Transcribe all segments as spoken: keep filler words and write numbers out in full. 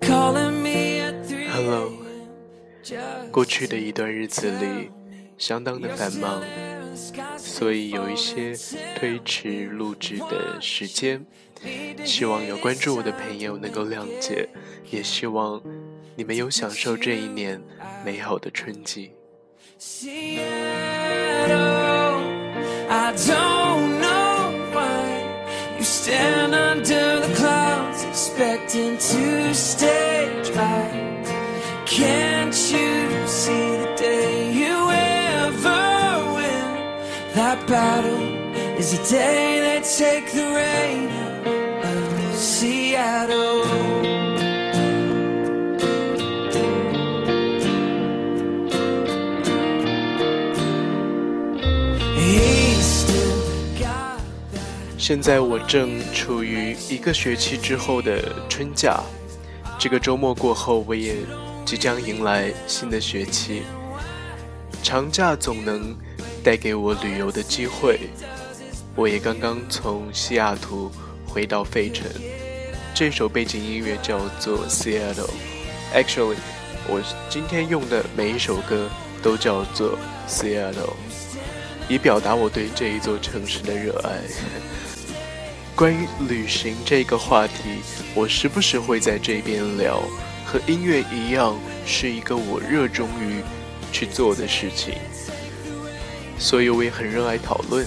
Hello， 过去的一段日子里相当的繁忙，所以有一些推迟录制的时间，希望有关注我的朋友能够谅解，也希望你们有享受这一年美好的春季。I don't know why you stand under the clouds expecting to stay dry. Can't you see the day you ever win? That battle is the day they take the rain out of Seattle.现在我正处于一个学期之后的春假，这个周末过后，我也即将迎来新的学期。长假总能带给我旅游的机会，我也刚刚从西雅图回到费城。这首背景音乐叫做 Seattle。Actually， 我今天用的每一首歌都叫做 Seattle， 以表达我对这一座城市的热爱。关于旅行这个话题，我时不时会在这边聊，和音乐一样，是一个我热衷于去做的事情，所以我也很热爱讨论。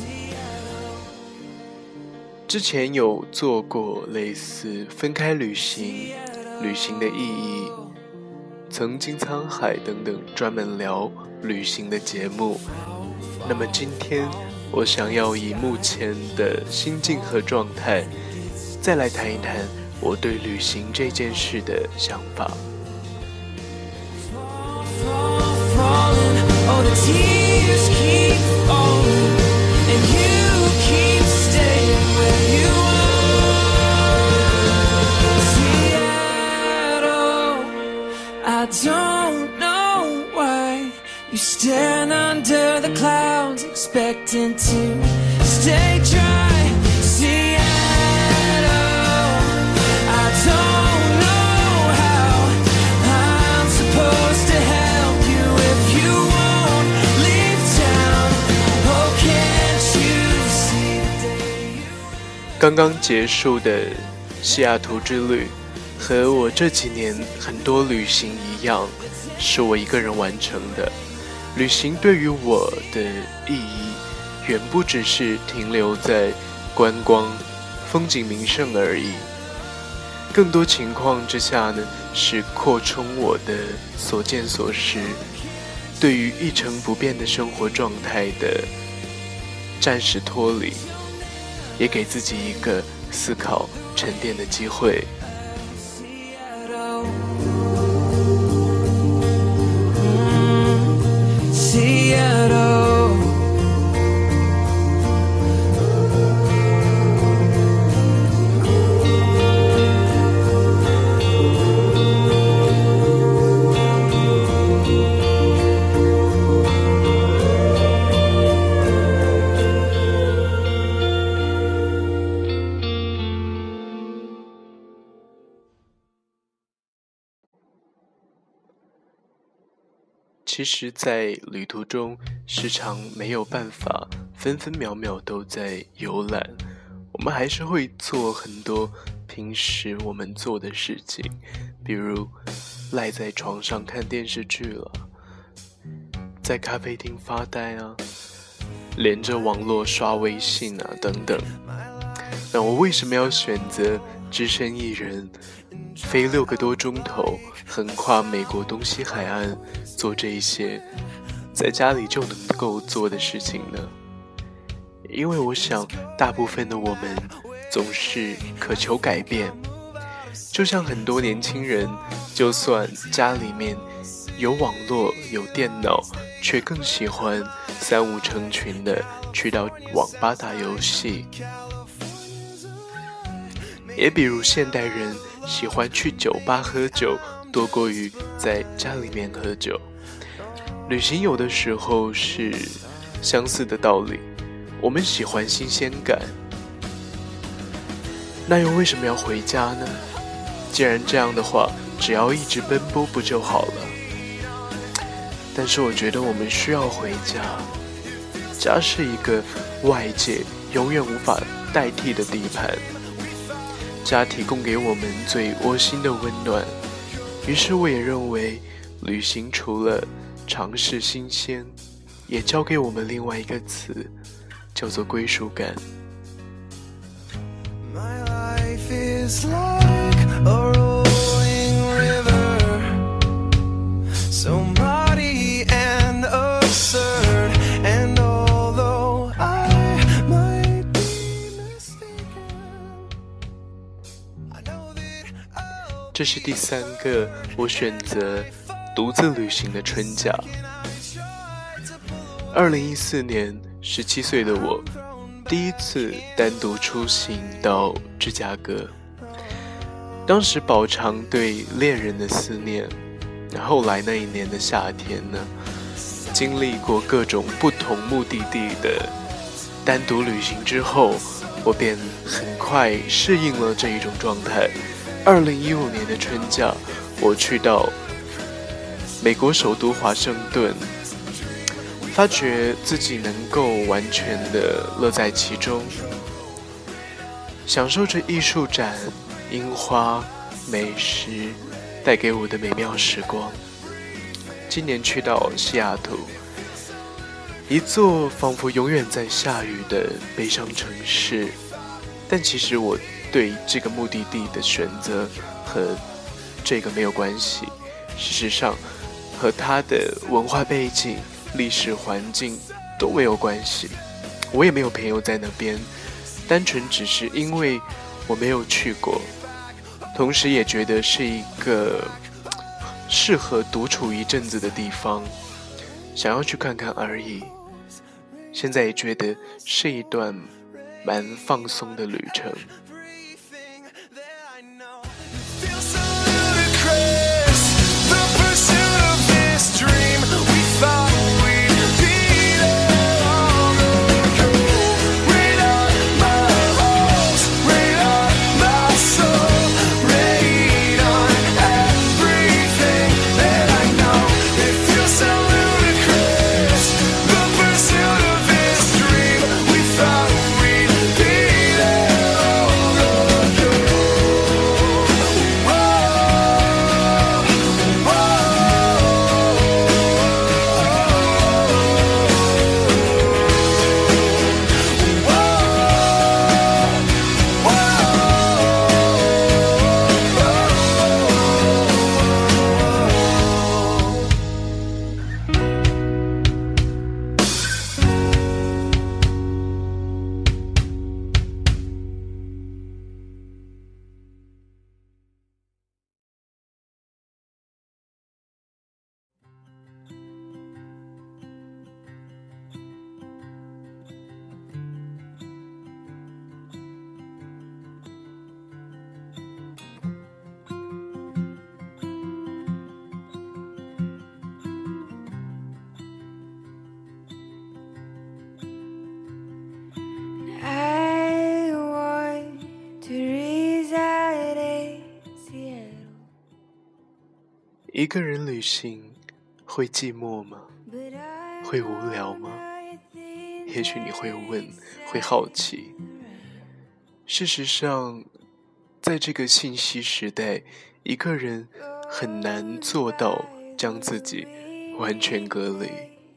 之前有做过类似分开旅行、旅行的意义、曾经沧海等等专门聊旅行的节目，那么今天我想要以目前的心境和状态，再来谈一谈我对旅行这件事的想法。You stand under the clouds expecting to stay dry. Seattle, I don't know how I'm supposed to help you if you won't leave town. Oh, can't you see the day you... 刚刚结束的西雅图之旅，和我这几年很多旅行一样，是我一个人完成的。旅行对于我的意义远不只是停留在观光风景名胜而已，更多情况之下呢，是扩充我的所见所识，对于一成不变的生活状态的暂时脱离，也给自己一个思考沉淀的机会。Seattle,其实在旅途中时常没有办法分分秒秒都在游览，我们还是会做很多平时我们做的事情，比如赖在床上看电视剧了，在咖啡厅发呆啊，连着网络刷微信啊等等。那我为什么要选择只身一人飞六个多钟头横跨美国东西海岸做这一些在家里就能够做的事情呢？因为我想大部分的我们总是渴求改变，就像很多年轻人就算家里面有网络有电脑，却更喜欢三五成群的去到网吧打游戏。也比如现代人喜欢去酒吧喝酒多过于在家里面喝酒。旅行有的时候是相似的道理，我们喜欢新鲜感，那又为什么要回家呢？既然这样的话， 只要一直奔波不就好了？但是我觉得我们需要回家，家是一个外界永远无法代替的地盘，家提供给我们最窝心的温暖。于是我也认为，旅行除了尝试新鲜，也教给我们另外一个词，叫做归属感。My life is like a rolling river, so muddy and absurd, and although I might be mistaken, I know that I'll... 这是第三个我选择独自旅行的春假。二零一四年，十七岁的我第一次单独出行到芝加哥。当时饱尝对恋人的思念，后来那一年的夏天呢，经历过各种不同目的地的单独旅行之后，我便很快适应了这一种状态。二零一五年的春假，我去到美国首都华盛顿，发觉自己能够完全的乐在其中，享受着艺术展、樱花、美食带给我的美妙时光。今年去到西雅图，一座仿佛永远在下雨的悲伤城市，但其实我对这个目的地的选择和这个没有关系，事实上和它的文化背景、历史环境都没有关系，我也没有朋友在那边，单纯只是因为我没有去过，同时也觉得是一个适合独处一阵子的地方，想要去看看而已。现在也觉得是一段蛮放松的旅程。一个人旅行会寂寞吗？会无聊吗？也许你会问，会好奇。事实上，在这个信息时代，一个人很难做到将自己完全隔离。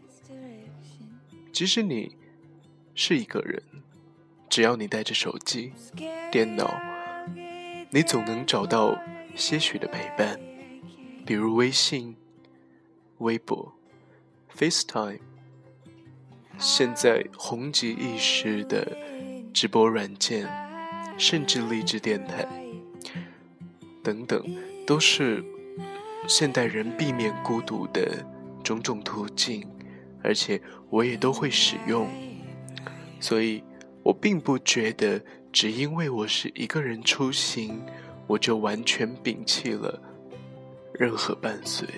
即使你是一个人，只要你带着手机、电脑，你总能找到些许的陪伴。比如微信、微博、FaceTime， 现在红极一时的直播软件，甚至励志电台等等，都是现代人避免孤独的种种途径，而且我也都会使用，所以我并不觉得只因为我是一个人出行，我就完全摒弃了任何伴随。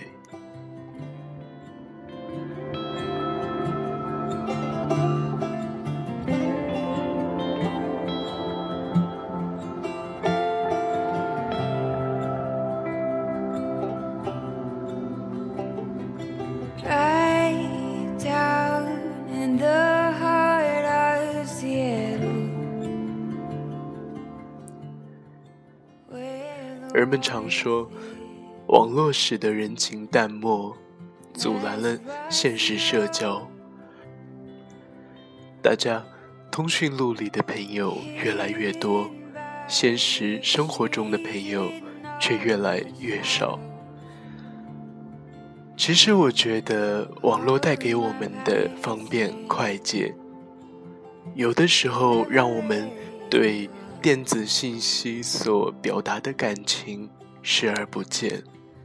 人们常说，网络使得人情淡漠，阻拦了现实社交。大家通讯录里的朋友越来越多，现实生活中的朋友却越来越少。其实我觉得网络带给我们的方便快捷，有的时候让我们对电子信息所表达的感情视而不见。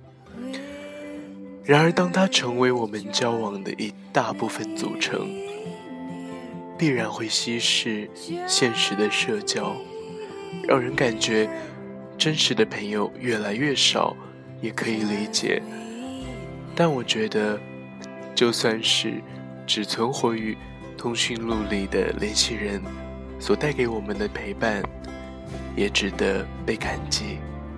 然而当它成为我们交往的一大部分组成，必然会稀释现实的社交，让人感觉真实的朋友越来越少，也可以理解。但我觉得就算是只存活于通讯录里的联系人所带给我们的陪伴，也值得被感激。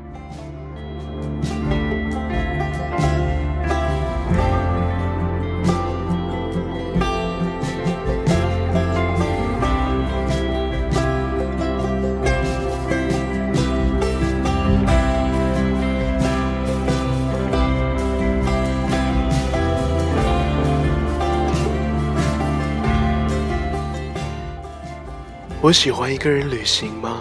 我喜欢一个人旅行吗？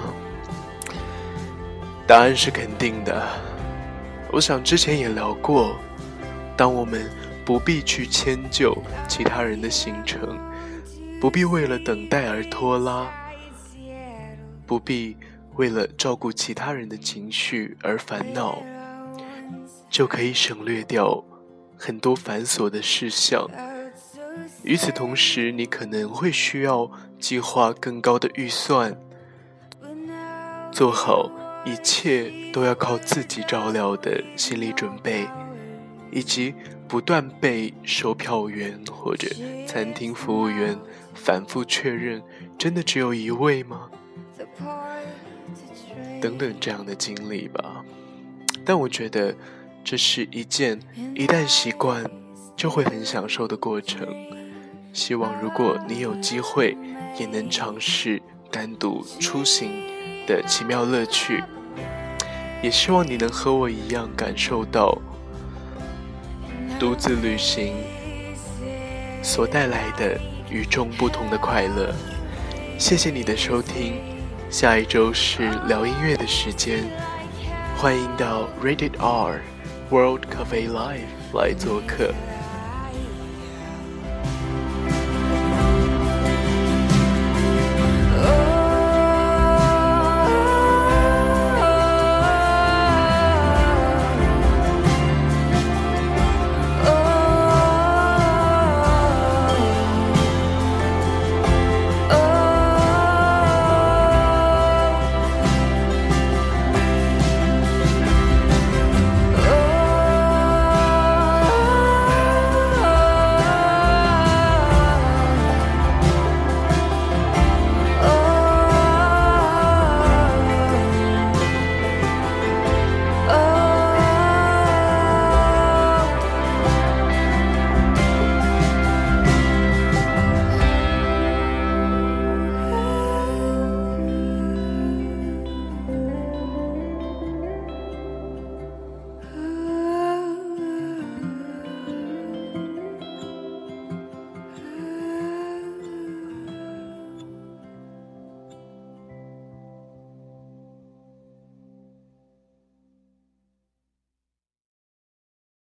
答案是肯定的。我想之前也聊过，当我们不必去迁就其他人的行程，不必为了等待而拖拉，不必为了照顾其他人的情绪而烦恼，就可以省略掉很多繁琐的事项。与此同时，你可能会需要计划更高的预算，做好一切都要靠自己照料的心理准备，以及不断被售票员或者餐厅服务员反复确认真的只有一位吗？等等这样的经历吧。但我觉得这是一件一旦习惯就会很享受的过程。希望如果你有机会也能尝试单独出行的奇妙乐趣，也希望你能和我一样感受到独自旅行所带来的与众不同的快乐。谢谢你的收听，下一周是聊音乐的时间，欢迎到 Rated R World Cafe Live 来做客。